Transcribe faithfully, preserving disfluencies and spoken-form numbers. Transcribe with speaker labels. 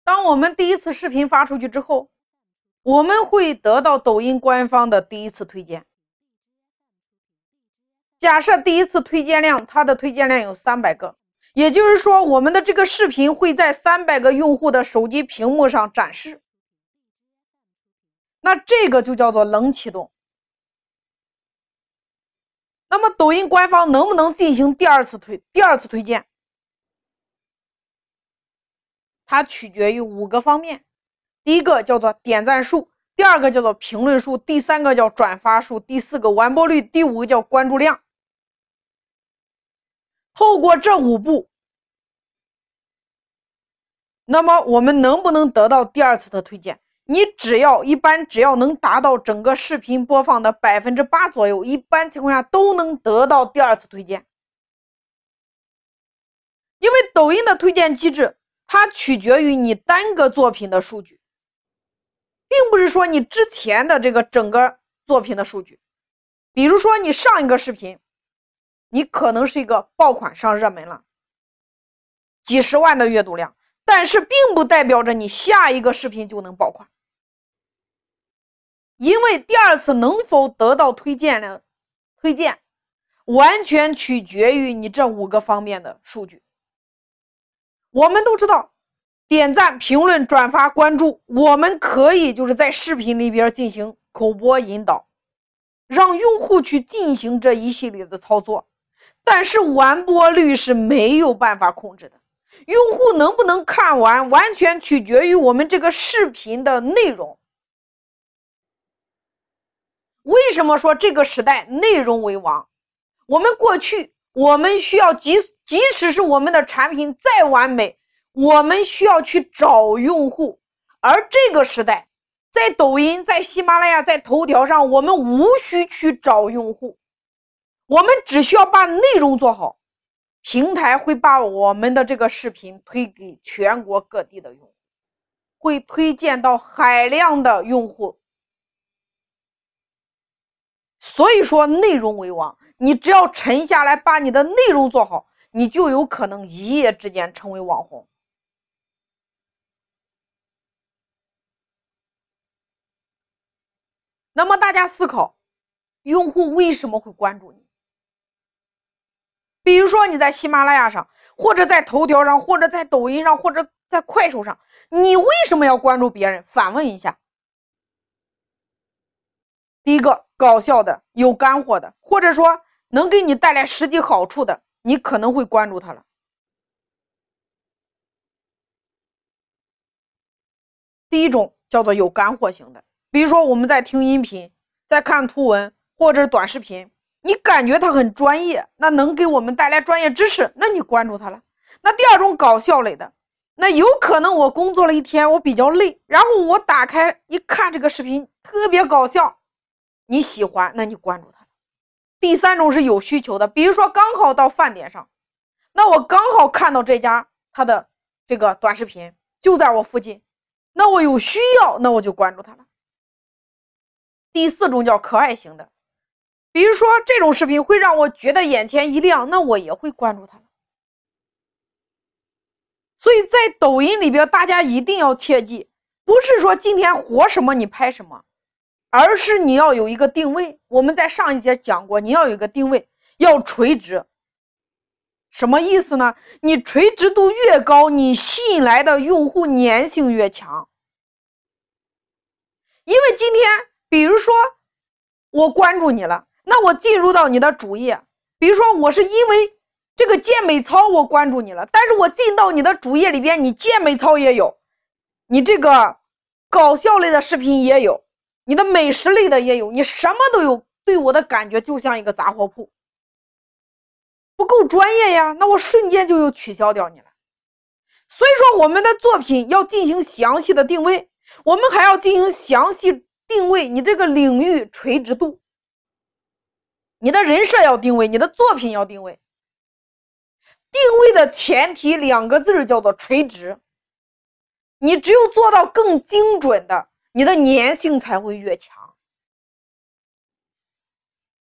Speaker 1: 当我们第一次视频发出去之后，我们会得到抖音官方的第一次推荐。假设第一次推荐量，它的推荐量有三百个，也就是说，我们的这个视频会在三百个用户的手机屏幕上展示。那这个就叫做冷启动。那么抖音官方能不能进行第二次推第二次推荐？它取决于五个方面。第一个叫做点赞数，第二个叫做评论数，第三个叫转发数，第四个完播率，第五个叫关注量。透过这五步，那么我们能不能得到第二次的推荐？你只要一般只要能达到整个视频播放的百分之八左右，一般情况下都能得到第二次推荐。因为抖音的推荐机制，它取决于你单个作品的数据，并不是说你之前的这个整个作品的数据。比如说你上一个视频，你可能是一个爆款上热门了，几十万的阅读量，但是并不代表着你下一个视频就能爆款。因为第二次能否得到推荐呢？推荐完全取决于你这五个方面的数据。我们都知道，点赞、评论、转发、关注，我们可以就是在视频里边进行口播引导，让用户去进行这一系列的操作。但是完播率是没有办法控制的，用户能不能看完，完全取决于我们这个视频的内容。为什么说这个时代内容为王？我们过去我们需要即即使是我们的产品再完美，我们需要去找用户。而这个时代，在抖音、在喜马拉雅、在头条上，我们无需去找用户，我们只需要把内容做好，平台会把我们的这个视频推给全国各地的用户，会推荐到海量的用户。所以说内容为王，你只要沉下来把你的内容做好，你就有可能一夜之间成为网红。那么大家思考，用户为什么会关注你？比如说你在喜马拉雅上，或者在头条上，或者在抖音上，或者在快手上，你为什么要关注别人？反问一下。第一个，搞笑的、有干货的，或者说能给你带来实际好处的，你可能会关注他了。第一种叫做有干货型的，比如说我们在听音频，在看图文或者短视频，你感觉他很专业，那能给我们带来专业知识，那你关注他了。那第二种搞笑类的，那有可能我工作了一天，我比较累，然后我打开一看这个视频特别搞笑，你喜欢，那你关注他。第三种是有需求的，比如说刚好到饭点上，那我刚好看到这家他的这个短视频就在我附近，那我有需要，那我就关注他了。第四种叫可爱型的，比如说这种视频会让我觉得眼前一亮，那我也会关注他了。所以在抖音里边，大家一定要切记，不是说今天火什么你拍什么，而是你要有一个定位。我们在上一节讲过，你要有一个定位，要垂直。什么意思呢？你垂直度越高，你吸引来的用户粘性越强。因为今天比如说我关注你了，那我进入到你的主页，比如说我是因为这个健美操我关注你了，但是我进到你的主页里边，你健美操也有，你这个搞笑类的视频也有，你的美食类的也有，你什么都有，对我的感觉就像一个杂货铺，不够专业呀，那我瞬间就又取消掉你了。所以说我们的作品要进行详细的定位，我们还要进行详细定位你这个领域垂直度，你的人设要定位，你的作品要定位。定位的前提两个字叫做垂直，你只有做到更精准的，你的粘性才会越强。